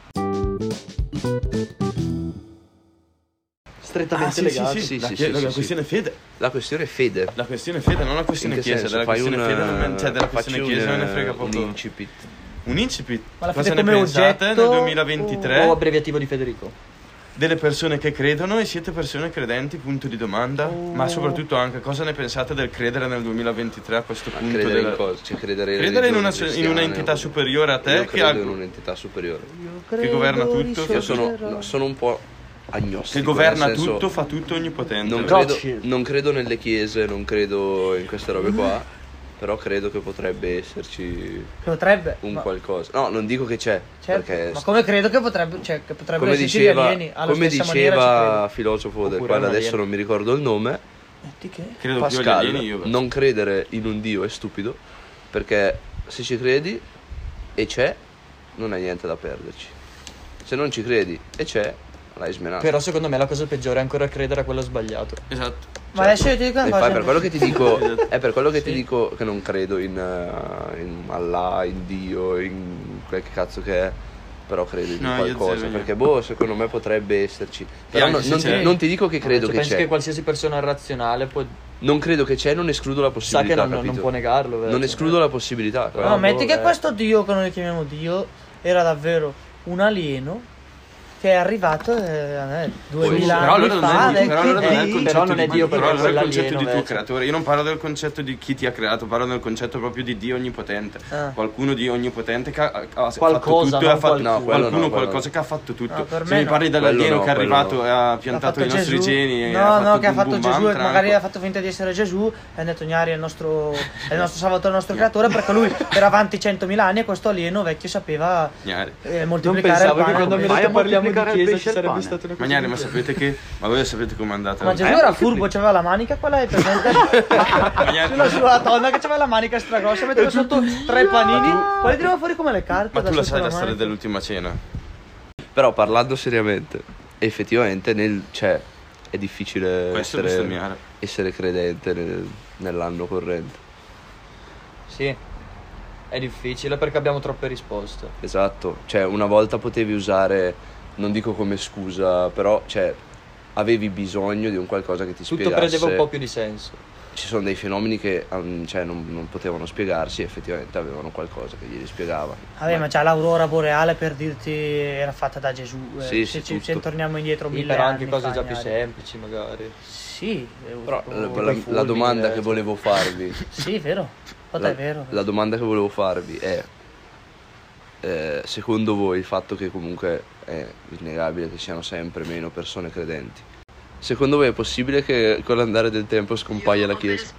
Strettamente Ah, sì, legati. sì, sì, Sì, la, sì, chie- sì, la sì, questione fede. La questione è fede. La questione fede, non la questione In che chiesa. senso? Della Fai questione un, fede non me- cioè della facci questione un, chiesa non ne frega un proprio. incipit. Un incipit. Ma la Cosa fede ne come pensate oggetto nel duemilaventitré O abbreviativo di Federico. delle persone che credono e siete persone credenti? Punto di domanda. Ma soprattutto anche cosa ne pensate del credere nel duemilaventitré a questo Ma punto? credere della- in cosa? Cioè, credere, Credere in una, religioni in una cristiane, entità o- superiore a te Io che, credo ha- in un'entità superiore. che governa tutto, Io sono, no, sono un po' agnostico. che governa nel senso, tutto, fa tutto onnipotente. Non credo, Rothschild. non credo nelle chiese, non credo in queste robe qua, però credo che potrebbe esserci Potrebbe. un ma, qualcosa. No, non dico che c'è, certo, perché ma come credo che potrebbe, cioè, che potrebbero come esserci diceva, gli alieni. Alla come stessa maniera ci diceva credo. filosofo del Oppure quale un adesso alieno. non mi ricordo il nome, Di che? Credo più agli Pascal, alieni io. non credere in un dio è stupido, perché se ci credi e c'è, non hai niente da perderci. Se non ci credi e c'è, l'hai smenato. Però secondo me la cosa peggiore è ancora credere a quello sbagliato. Esatto. Ma adesso io ti dico una E cosa. poi per quello che ti dico, è per quello che Sì. ti dico che non credo in, uh, in Allah, in Dio, in quel che cazzo che è. Però credo in No, io qualcosa, zero, perché boh, secondo me potrebbe esserci. Però anche no- se non, c'è- ti, non ti dico che credo Cioè, che penso c'è. che qualsiasi persona razionale può, Non credo che c'è, non escludo la sa che possibilità, non, non capito? può negarlo. Non vero? escludo la possibilità. Però- No, metti che vabbè. questo Dio, che noi chiamiamo Dio, era davvero un alieno che è arrivato eh, duemila Però anni allora non fa. è Dio, ed però allora non è il qui- concetto però non è di Dio, però perché allora è il quell'alieno concetto di tuo invece. creatore. Io non parlo del concetto di chi ti ha creato, parlo del concetto proprio di Dio onnipotente. Ah. Qualcuno di onnipotente che ha, ha Qualcosa, fatto tutto e non ha fatto qualcuno. No, quello qualcuno no, quello qualcosa no. che ha fatto tutto. No, per Se me mi no. parli dell'alieno Quello no, che è quello arrivato no. e ha Ha piantato fatto i nostri Gesù. geni e No, ha no, fatto che ha bum fatto bum Gesù bam, e magari tranco. ha fatto finta di essere Gesù e ha detto Gnari è il nostro, è il nostro salvatore, il nostro creatore, perché lui era avanti centomila anni e questo alieno vecchio sapeva Gnari. eh, Non moltiplicare il pensavo che pane. quando mi Vai hai a detto parliamo di moltiplicare il chiesa pesce ci e il sarebbe pane. stata una cosa Magnani, ma del sapete che ma voi sapete com'è andata? Ma Gesù Eh, era che furbo, dici? c'aveva la manica, quella è presente? Magnani, Sulla sua donna che c'aveva la manica stragrossa, metteva sotto tre panini, poi le tirava fuori come le carte. ma da tu la sotto sai la storia manica. dell'ultima cena? Però parlando seriamente, effettivamente nel, cioè, è difficile Questo è essere, bestemmiare. essere credente nel- nell'anno corrente. Sì, è difficile perché abbiamo troppe risposte. Esatto, cioè una volta potevi usare, non dico come scusa, però cioè, avevi bisogno di un qualcosa che ti Tutto spiegasse. prendeva un po' più di senso. Ci sono dei fenomeni che um, cioè, non, non potevano spiegarsi, effettivamente avevano qualcosa che glieli spiegava. Vabbè, ma già l'aurora boreale per dirti era fatta da Gesù. eh. Sì, se, sì, ci- tutto. se torniamo indietro Sì, mille però anni anche cose fa, già più Gnari. semplici magari. Sì, eh, Però tipo- la, quei la- fulmini, la domanda eh, che cioè. volevo farvi, Sì, vero. Guarda, la, è vero. la domanda che volevo farvi è, eh, secondo voi il fatto che comunque è innegabile che siano sempre meno persone credenti, secondo voi è possibile che con l'andare del tempo scompaia la Chiesa?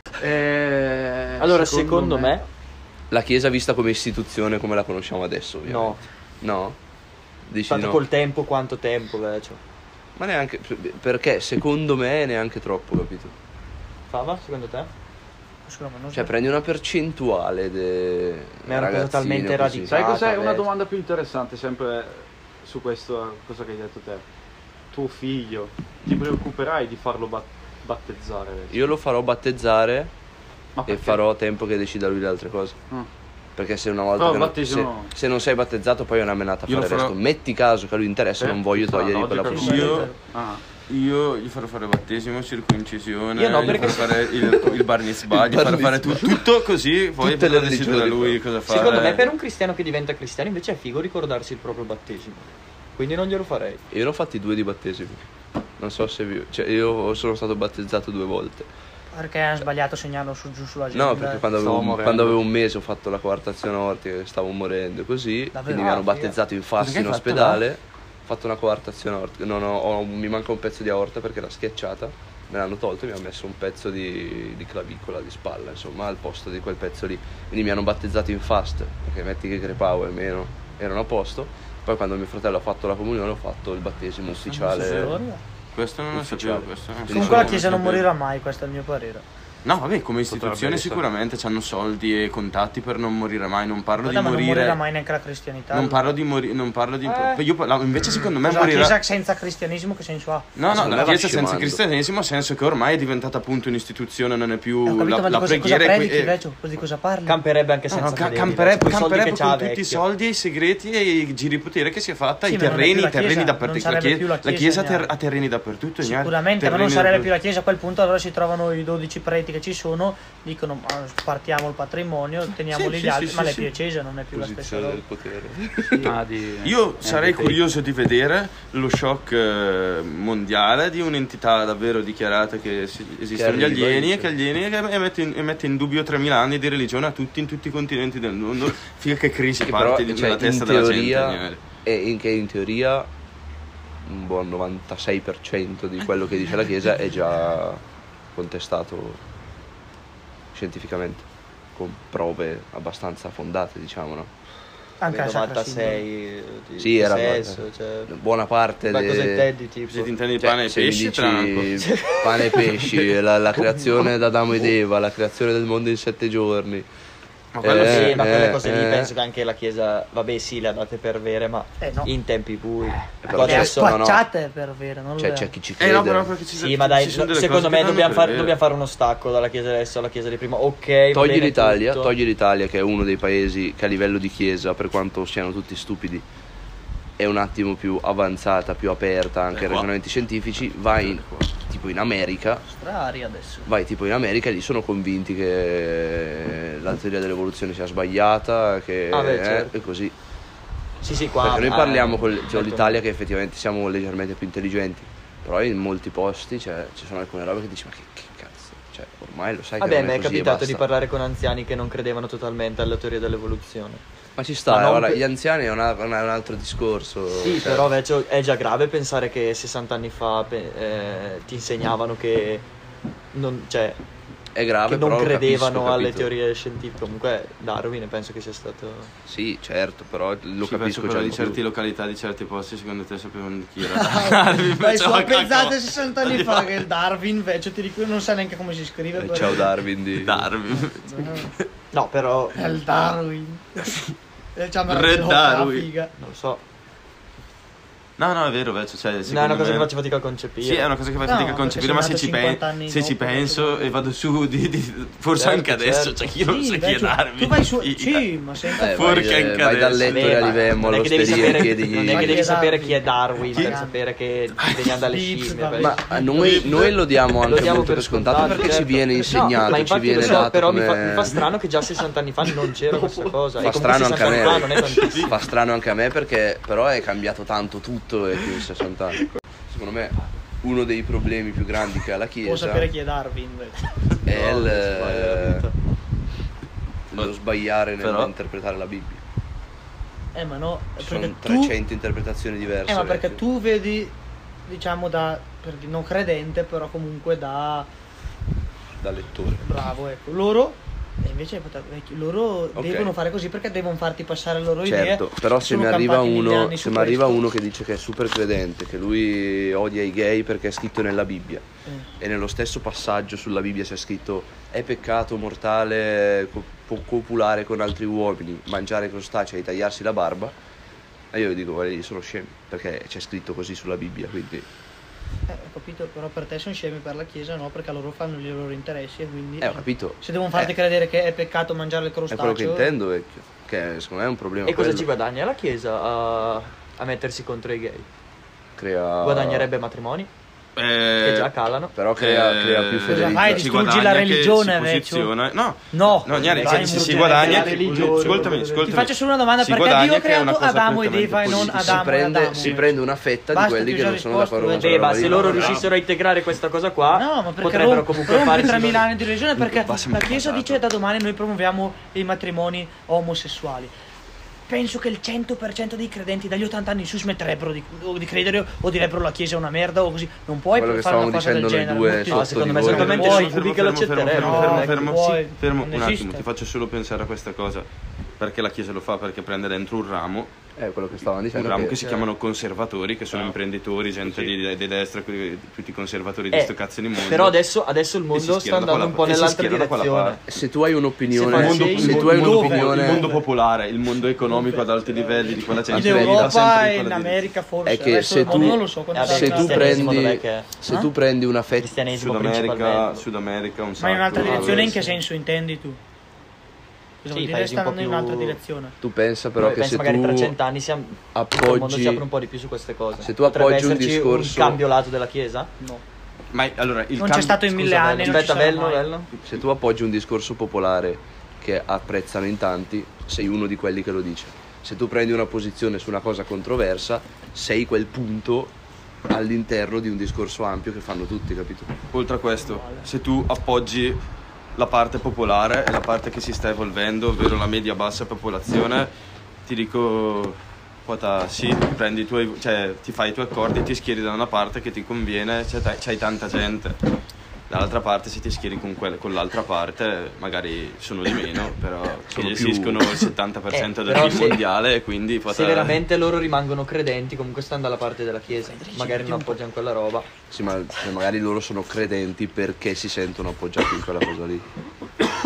Eh, Allora, secondo me, La Chiesa vista come istituzione come la conosciamo adesso, no. ovviamente. No? Dici Tanto no? col tempo, quanto tempo invece. Ma neanche, perché secondo me neanche troppo, capito? Fava, secondo te? Scusa, ma non so. Cioè prendi una percentuale de Ma è una cosa ragazzine talmente così. radicale. Sai cos'è? Una vecchio. domanda più interessante sempre su questo, cosa che hai detto te. Tuo figlio, ti preoccuperai di farlo bat- battezzare? adesso? Io lo farò battezzare Ma e perché? farò tempo che decida lui le altre cose. Ah. Perché se una volta Però che il non, battesimo- se, se non sei battezzato poi è una menata a Io fare lo il farò- resto. Metti caso che a lui interessa, Sì, non voglio ci sta, togliergli la quella logica possibilità. Io, Ah. io gli farò fare battesimo, circoncisione, Io no, gli perché- farò fare il, il bar mitzvah, gli Il bar farò fare mitzvah. tu- tutto così, poi Tutte le potrà decidere religioni lui qua. cosa fare. Secondo me per un cristiano che diventa cristiano invece è figo ricordarsi il proprio battesimo. Quindi non glielo farei. Io ne ho fatti due di battesimi. Non so se vi... Cioè io sono stato battezzato due volte. Perché hanno sbagliato a segnarlo su, giù sulla agenda. No, perché quando Stavo avevo, morendo. quando avevo un mese ho fatto la coartazione aortica che stavo morendo così, Davvero? quindi mi Ah, hanno figa. battezzato in Cosa fassi che in hai fatto, ospedale, ho fatto una coartazione aortica, non ho, ho- mi manca un pezzo di aorta perché era schiacciata, me l'hanno tolto e mi hanno messo un pezzo di, di clavicola, di spalla, insomma, al posto di quel pezzo lì, quindi mi hanno battezzato in fast, perché metti che crepavo e meno, erano a posto, poi quando mio fratello ha fatto la comunione ho fatto il battesimo ufficiale. Questo non lo Ufficiale. sapevo, questo non lo Comunque la sapevo, Chiesa non sapevo. morirà mai, questo è il mio parere. No, vabbè, come istituzione Potrebbe essere. sicuramente hanno soldi e contatti per non morire mai, non parlo Guarda, di ma non morire. morirà mai neanche la cristianità. Non parlo di morire, non parlo di Eh. io parlo- invece secondo me Scusa, la morirà. Chiesa senza cristianesimo che senso ha? No, no, Secondo la me va Chiesa senza scemando. cristianesimo ha senso che ormai è diventata appunto un'istituzione, non è più Eh, ho capito, la, ma di la cosa, cosa preghiera. e predichi, que- e- Vecchio? Di cosa parli? Camperebbe anche No, senza no, ca- fedeli, camperebbe, con i soldi camperebbe che c'ha con tutti i vecchio. soldi e i segreti e i giri potere che si è fatta, Sì, i ma non è terreni, più la i terreni Chiesa, dappertutto. non La sarebbe Chiesa, più la la Chiesa, Chiesa ha ter- neanche. ha terreni dappertutto. gnari. Sicuramente, ma non Terreni sarebbe più la dappertutto. Chiesa. A quel punto allora si trovano i dodici preti che ci sono, dicono "Ma spartiamo il patrimonio, teniamoli Sì, gli sì, altri", sì, ma sì, lei sì. più Chiesa, non è più la stessa Posizione roba. del potere. Ah, di- Io eh, sarei di- curioso di vedere lo shock eh, mondiale di un'entità davvero dichiarata che si- esistono gli arriva, alieni dice. e che alieni che- e mette, in, e mette in dubbio tremila anni di religione a tutti in tutti i continenti del mondo. Figa che crisi Che parte però, di- cioè, nella testa in della teoria, gente. gnari. e in che in teoria un buon novantasei per cento di quello che dice la Chiesa è già contestato scientificamente, con prove abbastanza fondate, diciamo, no? Anche la Sacra novantasei di, Sì, di era sesso, cioè, buona parte ma de- cosa intendi tipo? Se ti intendi di cioè, pane e se mi pesci, dici tranco. pane e pesci, la, la creazione da Adamo ed Eva, la creazione del mondo in sette giorni, Ma quello Eh, Sì, ma quelle eh, cose lì eh. penso che anche la chiesa, vabbè sì, le ha date per vere, ma Eh, no. in tempi bui. però Poi Le ha adesso- adesso- no, no. spacciate per vero, non Cioè le ha- c'è chi ci Eh crede. no, però perché ci Sì, ma dai, ci sono delle secondo cose me che dobbiamo, danno far- per dobbiamo fare uno stacco dalla chiesa adesso alla chiesa di prima. Ok, va Togli bene l'Italia, tutto. togli l'Italia che è uno dei paesi che a livello di chiesa, per quanto siano tutti stupidi, è un attimo più avanzata, più aperta anche Eh, ai qua. ragionamenti scientifici. Vai in, tipo in America, Strari adesso. vai tipo in America e lì sono convinti che la teoria dell'evoluzione sia sbagliata, che Ah, beh, eh, certo. e così. Sì, sì, qua. Perché noi eh, parliamo con cioè, molto- l'Italia che effettivamente siamo leggermente più intelligenti, però in molti posti cioè, ci sono alcune robe che dici ma che, che cazzo, cioè ormai lo sai che Vabbè, non mi è è così e capitato di basta. parlare con anziani che non credevano totalmente alla teoria dell'evoluzione. Ma ci sta, Ma non guarda, per- gli anziani è, una- una- è un altro discorso. Sì, cioè, però invece è già grave pensare che sessanta anni fa pe- eh, ti insegnavano che non, cioè, è grave, che non però lo credevano capisco, alle capito? teorie scientifiche. Comunque Darwin penso che sia stato... Sì, certo, però lo Sì, penso capisco però già di di certe più. località, di certi posti, secondo te sapevano chi era. Dai, su, Faceva pensate cacao. sessanta anni fa che il Darwin invece ti dico non sa neanche come si scrive. Eh, però- ciao Darwin di... Darwin. No, però... È il Darwin. Eh, c'ha una Re roba Darwin. figa. Non lo so. No, no, è vero, vecchio, cioè, Non è secondo una cosa me- che faccio fatica a concepire. Sì, è una cosa che fai No, fatica a perché concepire, sei ma se nato ci, pen- cinquanta anni se ci dopo, penso perché- e vado su di, di- forse Certo, anche adesso, certo. cioè chi non Sì, sa chi beh, è tu- Darwin. Tu vai su... Chi- Sì, ma senta... Eh, Forche vai, anche vai dal adesso. letto Vabbè, e ma arriviamo non è che devi all'osteria e sapere, chiedigli... non è che devi Chi è sapere Darwin? chi è Darwin Chi per è? sapere che veniamo dalle Dips, scimmie. vabbè. perché- Ma a noi, noi lo diamo Lo anche diamo molto per scontato perché certo. ci viene No, insegnato, ma ci infatti viene lo so, dato però come... mi, fa, mi fa strano che già sessanta anni fa non c'era questa cosa. Fa e comunque strano anche a sessanta anni fa non è me, tantissimo. fa strano anche a me perché però è cambiato tanto tutto e più in sessanta anni. Secondo me uno dei problemi più grandi che ha la Può Chiesa sapere chi è Darwin invece. è No, il, non si sbaglia la vita. lo sbagliare Però- nell'interpretare la Bibbia. Eh ma no, Ci perché sono tu... trecento interpretazioni diverse. Eh ma perché vecchio. tu vedi, diciamo da... Per dire, non credente, però comunque da... Da lettore. Bravo, ecco. Loro... E invece vecchio, loro Ok. devono fare così perché devono farti passare le loro Certo, idee. però se Sono mi arriva campati mille uno anni se su mi arriva questo. uno che dice che è super credente, che lui odia i gay perché è scritto nella Bibbia Eh. e nello stesso passaggio sulla Bibbia c'è scritto è peccato mortale co- po- copulare con altri uomini, mangiare crostacei e tagliarsi la barba, e io dico quelli sono scemi perché c'è scritto così sulla Bibbia, quindi Eh, ho capito, però per te sono scemi, per la Chiesa no, perché loro fanno i loro interessi e quindi... eh ho capito, Se devono farti Eh, credere che è peccato mangiare il è crostaceo... quello che intendo, vecchio, che secondo me è un problema. E cosa quello. ci guadagna la Chiesa a, a mettersi contro i gay? Crea Guadagnerebbe matrimoni, Eh, che già calano. però crea, eh, crea più Cosa fedeltà. fai? si Distruggi guadagna la che religione, si vecchio. posiziona. No, No, no, Gnari, dai, si, si brutto, guadagna. la religione. Ascoltami, ascoltami. Ti faccio solo una domanda, Si perché guadagna Dio ha che è una creato cosa Adamo ed Eva e non prettamente si Adamo e prende, Adamo. si prende una fetta Basta, di quelli ti che ho non già sono risposto, d'accordo con vecchio. Beh, quella ma roba se lì. loro No, riuscissero a integrare questa cosa qua, No, ma perché potrebbero rom- comunque rompi farci tremila anni di religione, perché Bassami la il Chiesa quadrato. dice da domani noi promuoviamo i matrimoni omosessuali. Penso che il cento per cento dei credenti dagli ottanta anni in su smetterebbero di, o di credere o direbbero la Chiesa è una merda o così. Non puoi Quello che fare una stavamo cosa del dicendo noi genere. due molti- No, sotto secondo di me voi. sicuramente Non sui puoi. cubi che lo accetterebbe. fermo, No, fermo, non fermo, puoi. sì, fermo Non un esiste. attimo, ti faccio solo pensare a questa cosa. Perché la Chiesa lo fa? Perché prende dentro un ramo, È quello che stavano un dicendo. ramo che che- si chiamano conservatori, che sono imprenditori, gente di, di destra, quelli- tutti i conservatori di Eh, sto cazzo di mondo. Però adesso, adesso il E si mondo sta schierano da andando un po' quella- e si nell'altra schierano da quella direzione. parte. Se tu hai Se un'opinione, fai- Il mondo, Sì, il se mondo- tu hai il mondo- un'opinione, il mondo popolare, il mondo economico ad alti livelli di quella gente In Aspetta. va Europa sempre e in quella in direzione. America forse. è che Adesso se il mondo tu, non lo so. quando Vabbè, se sarà- tu cristianesimo prendi, dov'è che è? se Eh? tu prendi una fetta, Cristianesimo Sud America, principalmente. Sud America un Ma sacco. in un'altra direzione in che sì. senso intendi tu? Cosa Sì, vuol dire paesi un stanno po' in più- un'altra direzione? tu pensa però Poi che penso se magari tra tu cent'anni siamo, il mondo appoggi si apre un po' di più su queste cose. se tu Potrebbe appoggi un esserci discorso- un cambio lato della Chiesa? No. Ma allora, il Non cambio- c'è stato in mille Scusa, anni, bello. non ci Aspetta, sarà bello, mai. bello. se tu appoggi un discorso popolare che apprezzano in tanti, sei uno di quelli che lo dice. Se tu prendi una posizione su una cosa controversa, sei quel punto all'interno di un discorso ampio che fanno tutti, capito? Oltre a questo, se tu appoggi la parte popolare e la parte che si sta evolvendo, ovvero la media-bassa popolazione, ti dico, quota, sì, prendi i tuoi, cioè, ti fai i tuoi accordi, ti schieri da una parte che ti conviene, c'è, ta- c'hai tanta gente. Dall'altra parte, se ti schieri con, quella, con l'altra parte, magari sono di meno, però Sono che più- gestiscono il settanta per cento Eh, del però P I B se- mondiale e quindi Se quota- veramente loro rimangono credenti, comunque stanno dalla parte della Chiesa. Magari non appoggiano quella roba. Sì, ma se magari loro sono credenti perché si sentono appoggiati in quella cosa lì.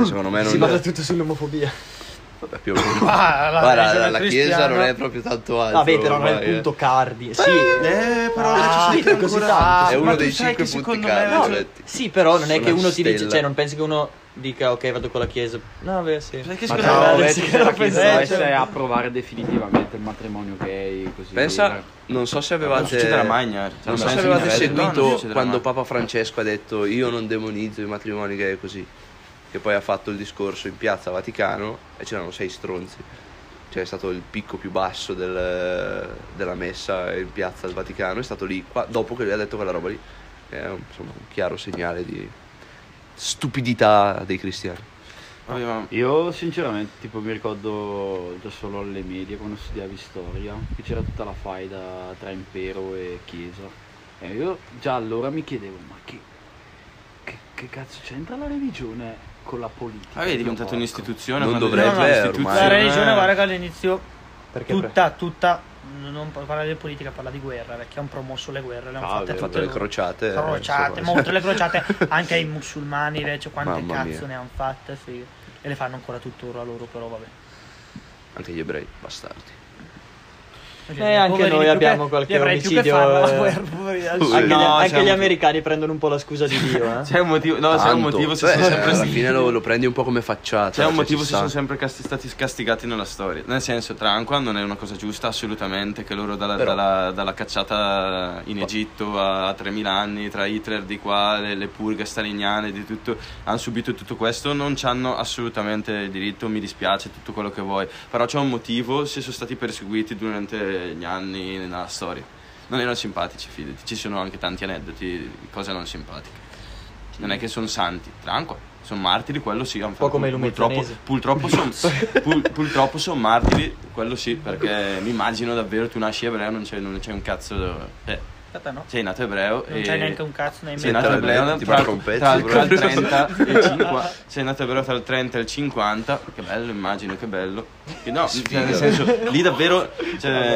Che secondo me non Si basa tutto sull'omofobia. Vabbè, più o meno. Ah, la Guarda, religione la cristiana. chiesa non è proprio tanto alto. Vabbè, però non è ormai, il eh. punto cardine. Sì, Eh, però Ah, ci sono così ancora- tanto. È uno Ma tu dei sai cinque che punti secondo me- cardine, no, Letti. sì, però non è Una che uno ti dice, stella. cioè non pensi che uno dica ok vado con la chiesa. No, beh, sì. Sai che Ma secondo no, me- beh, sì, se la lo chiesa penso. dovesse approvare definitivamente il matrimonio gay, così. Pensa, non so se non avevate succederà mai, Gnari. Non so Cioè, se penso avevate che- seguito no, non succederà quando mai. Papa Francesco ha detto io non demonizzo i matrimoni gay così, che poi ha fatto il discorso in piazza Vaticano e c'erano sei stronzi, cioè è stato il picco più basso del- della messa in piazza del Vaticano, è stato lì qua, dopo che lui ha detto quella roba lì, che è un, insomma, un chiaro segnale di stupidità dei cristiani. Vabbè, ma- Io sinceramente tipo mi ricordo già solo alle medie quando studiavi storia che c'era tutta la faida tra impero e chiesa e io già allora mi chiedevo ma che, che, che cazzo c'entra la religione con la politica? Ah, vedi, è diventato Porco. un'istituzione. Non quando dovrebbe, diventa un'istituzione- La religione, guarda che all'inizio Perché tutta, tutta, non parla di politica, parla di guerra, perché hanno promosso le guerre, le hanno Ah, fatte vero, Ha fatto tutte le loro. crociate. eh, crociate, insomma, ma oltre le crociate anche ai musulmani invece quante Mamma cazzo mia. ne hanno fatte, figa. E le fanno ancora tuttora loro, però vabbè. anche gli ebrei, bastardi. Eh, anche Poverini, noi più abbiamo che- qualche gli ebrei più che omicidio, fanno la eh. guerra, poverini, al Sì. sud. Anche, No, gli, anche c'è gli un- americani prendono un po' la scusa di Dio, eh. C'è un motivo, no, c'è un Tanto. motivo se Beh, sono sempre alla fine lo, lo prendi un po' come facciata. C'è un cioè, motivo ci se sta. sono sempre casti- stati castigati nella storia. Nel senso, Tranqua non è una cosa giusta assolutamente, che loro dalla, Però- dalla- dalla cacciata in Egitto a, a tremila anni, tra Hitler di qua, le, le purghe staliniane, di tutto, hanno subito tutto questo, non hanno assolutamente il diritto, mi dispiace, tutto quello che vuoi. Però c'è un motivo se sono stati perseguiti durante gli anni nella storia. Non erano simpatici, fidati, ci sono anche tanti aneddoti di cose non simpatiche. Non è che sono santi, Tranqua. Sono martiri, quello sì. Un po' come i purtroppo, lumezzanesi. purtroppo sono purtroppo son martiri, quello sì, perché mi immagino davvero tu nasci ebreo, non c'è, non c'è un cazzo. Eh, Aspetta, no. sei nato ebreo Non e c'è neanche un cazzo nei sei mezzo. nato ebreo Ti tra, manca un pezzo, tra, tra il proprio. trenta e il cinquanta. Sei nato ebreo tra il trenta e il cinquanta. Che bello, immagino, che bello. Che no, cioè, nel senso, lì davvero. Cioè,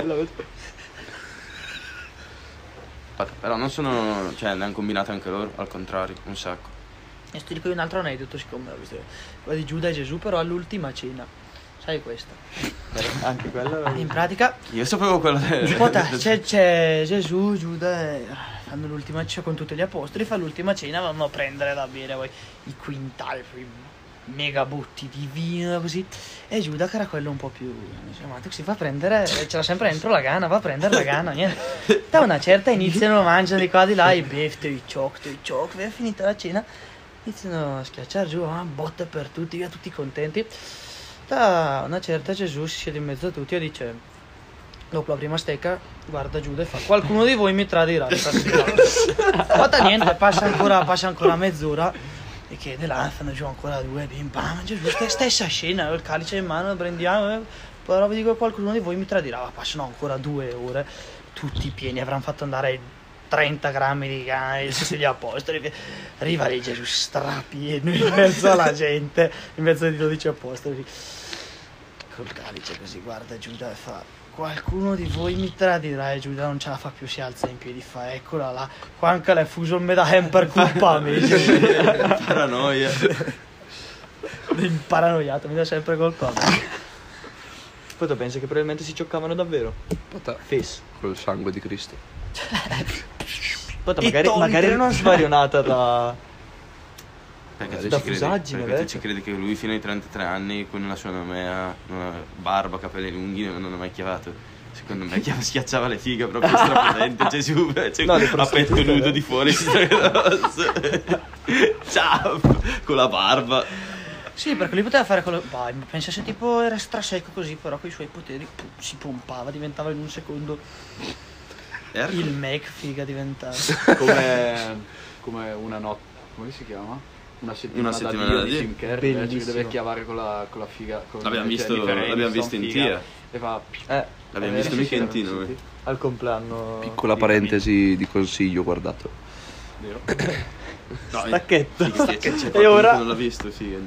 aspetta, però non sono. Cioè, ne hanno combinato anche loro, al contrario, un sacco. E ti dico io un altro aneddoto, siccome ho visto quello di Giuda e Gesù, però all'ultima cena. Sai questa? Anche quello. In pratica, Io sapevo quello del. può dare, c'è, c'è Gesù, Giuda, e fanno l'ultima cena con tutti gli apostoli, fa l'ultima cena, vanno a prendere da bere poi i quintali, i mega botti di vino così. E Giuda, che era quello un po' più insomma, si fa a prendere, ce l'ha sempre dentro la gana, va a prendere la gana, niente. Da una certa iniziano a mangiare di qua di là i befte, i cioc, i cioc, è finita la cena, iniziano a schiacciare giù, ah, botte per tutti, via tutti contenti. Da una certa Gesù si siede in mezzo a tutti e dice, dopo la prima stecca, guarda Giuda e fa, qualcuno di voi mi tradirà stasera. Fatta niente, passa ancora, passa ancora mezz'ora e chiede là, fanno giù ancora due, bim bam, Gesù, st- stessa scena, il calice in mano, prendiamo, eh, però vi dico qualcuno di voi mi tradirà, ma passano ancora due ore, tutti pieni, avranno fatto andare trenta grammi di cane, tutti gli apostoli, che- arriva lì Gesù strapieno in mezzo alla gente, in mezzo ai dodici apostoli, col calice così, guarda Giuda e fa, qualcuno di voi mi tradirà, e Giuda non ce la fa più, si alza in piedi, fa, eccola là, qua anche l'è fuso me da hem per colpa mia, Paranoia. imparanoiato, mi dà sempre colpa mia. Poi tu pensi che probabilmente si cioccavano davvero? Puta, Fes. col sangue di Cristo. Poi E magari, tolite. magari era una svarionata da... Perché tu Da ci credi, fusaggine, perché tu vecchio. ci credi che lui fino ai trentatré anni con la sua nomea, una barba, capelli lunghi, non ha mai chiavato. Secondo me chiava- schiacciava le fighe proprio strapotente Gesù, cioè, No, le a prostitute, petto nudo eh. di fuori. Ciao, con la barba. Sì, perché lui poteva fare quello. Vai, pensa se tipo era strasecco così, però con i suoi poteri pum, si pompava, diventava in un secondo Ercole. il Mac figa diventava. come, come una notte, come si chiama? Una settimana, Una settimana da Dio da di Dio. Jim Carrey, invece che Bellissimo. deve chiavare con la, con la figa. Con L'abbiamo visto- Jennifer l'abbiamo Aniston, visto in figa, tira. E fa Eh, L'abbiamo eh, visto sì, mica sì, in tino, l'abbiamo noi. visto, al compleanno... Piccola parentesi di consiglio, guardato. sì, vero? No, Stacchetto. figa, c'è- c'è E qualcuno ora? che non l'ha visto, figa.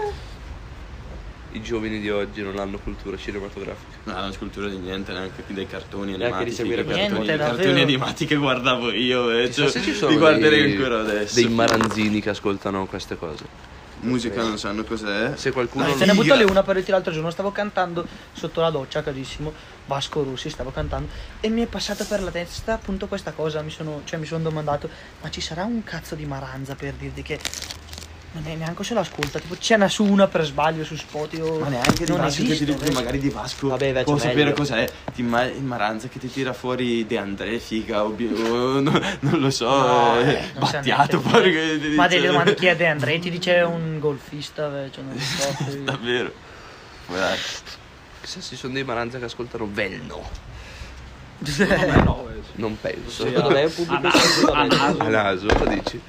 I giovani di oggi non hanno cultura cinematografica. No, non scultura di niente, neanche più dei cartoni Neanche animati. di seguire figa, cartoni. cartoni, Niente, cartoni davvero. animati che guardavo io, eh, Chissà cioè, se ci sono li guarderei dei, ancora adesso. dei maranzini che ascoltano queste cose. musica non sanno cos'è. Se qualcuno Te ne butto lì una per dirti l'altro giorno, stavo cantando sotto la doccia, carissimo, Vasco Rossi, stavo cantando e mi è passata per la testa appunto questa cosa, mi sono, cioè mi sono domandato, ma ci sarà un cazzo di Maranza per dirti che non è neanche se lo ascolta, tipo ce n'è su una per sbaglio su Spotify o Ma neanche di non Vasco che esiste, ti dico, vedi? magari di Vasco Vabbè, vecchio, può sapere meglio. cos'è. Ti imma- il Maranza che ti tira fuori De André, figa o, bi- o no- non lo so, No, eh, eh, non sa Battiato neanche. poi che ti Ma dice- delle domande chi è De André? Ti dice un golfista, cioè non lo so. poi- Davvero. Dai. Chissà se ci sono dei Maranza che ascoltano Velno. Come no, eh, Non penso. Sì, Dov'è il pubblico? a naso, a Assolutamente. naso. A naso, lo dici?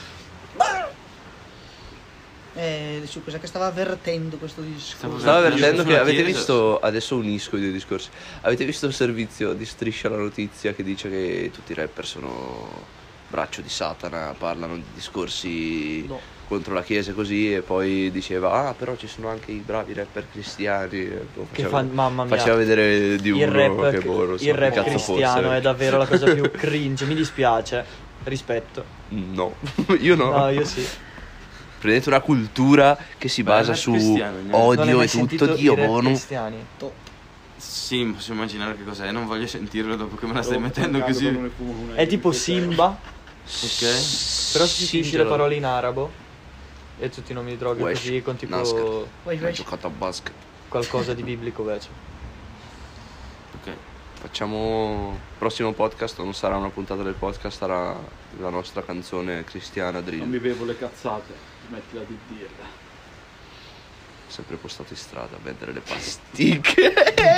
Eh, su cos'è che stava avvertendo questo discorso? Stavo Stavo Io avvertendo sulla che avete chiesa- visto, adesso unisco i due discorsi, avete visto il servizio di Striscia la Notizia che dice che tutti i rapper sono braccio di Satana, parlano di discorsi No. contro la chiesa e così, e poi diceva ah però ci sono anche i bravi rapper cristiani, e boh, Che faceva, fan, mamma mia. faceva vedere di uno il rap, che boh, non so il che rap cazzo cristiano fosse. è davvero la cosa più cringe, mi dispiace. Rispetto. No, io no. No, io sì. Prendete una cultura che si Beh, basa il rap su cristiano, niente. Non hai odio mai e sentito tutto, Dio i rap buono. cristiani? Sì, posso immaginare che cos'è, non voglio sentirlo dopo che me la stai Stavo mettendo cercando così. proprio ne fumo una È di tipo queste- Simba, Ok. però sostituisci le parole in arabo e tutti i nomi di droghe Wesh, così con tipo Nasca. Poi Ho invece giocato a basket. qualcosa di biblico invece. Ok. Facciamo prossimo podcast, non sarà una puntata del podcast, sarà la nostra canzone cristiana Non mi drill, bevo le cazzate, smettila di dirla. sempre postato in strada a vendere le pasticche.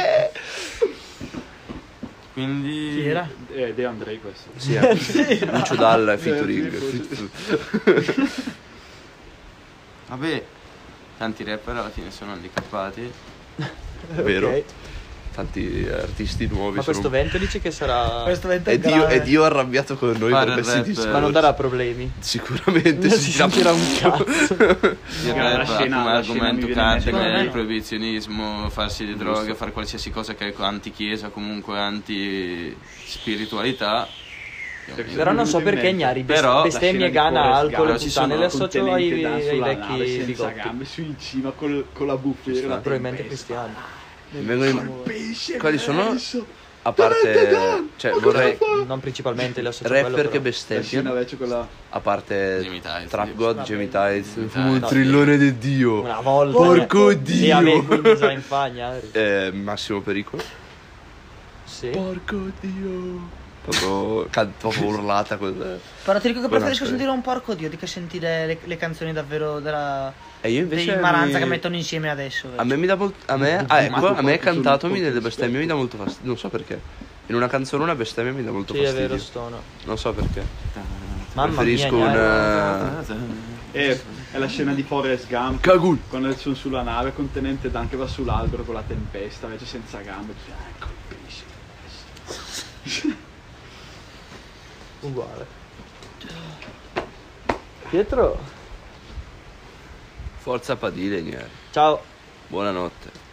Quindi chi era? Eh, De Andrei questo. Sì, eh. Lucio Dalla featuring. Sì, Vabbè, tanti rapper alla fine sono handicappati. Vero? Ok. Tanti artisti nuovi Ma sono... questo vento dice che sarà... questo diventa È Dio, grave. è Dio arrabbiato con noi Fare per questi rap, discorsi. Ma non darà problemi. Sicuramente Non si si dirà- sentirà un cazzo. Il No, la rap ha scena- come la scena mi argomento viene in cardine mente. il proibizionismo, farsi di Giusto. droga, fare qualsiasi cosa che è anti-chiesa, comunque anti-spiritualità. Però non so perché Gnari best- Però- bestemmie, gana, alcol e ci puttane sono le associo ai, ai vecchi senza bigotti. gambe su in cima col, con la bufera. la Probabilmente tempesta. cristiani. Mi vengono in- Pesce Quali sono? verso. A parte... Cioè vorrei... Non principalmente le associo a quello, Rapper che però. La scena bestemmiano. invece quella. A parte Jamie Tights, Trap sì. God, Jamie Tights, Jamie fumo un Tights. trillone di Dio. Una volta. Porco eh. Dio. E a me quindi già in fagna. Eh, Massimo Pericolo. Sì. Porco Dio. Proprio, can- proprio urlata quel... Però ti dico che Quella preferisco storia. sentire un porco Dio di che sentire le, le canzoni davvero della, E io invece dei Maranza mi- che mettono insieme adesso. A me mi dà molto... A me, ah, ecco, Ma a me tu cantatemi sul- nelle sul- bestemmie mi dà molto fastidio. Non so perché. In una canzone una bestemmia mi dà molto Sì, è fastidio. vero, stono. Non so perché. Mamma Preferisco mia, un... Gnari. eh, E è la scena di Forrest Gump. Cagul. Quando sono sulla nave con Tenente Dan che va sull'albero con la tempesta, invece senza gambe. Ecco il pesce. Uguale. Pietro. Forza Padile, Gnari. Ciao. Buonanotte.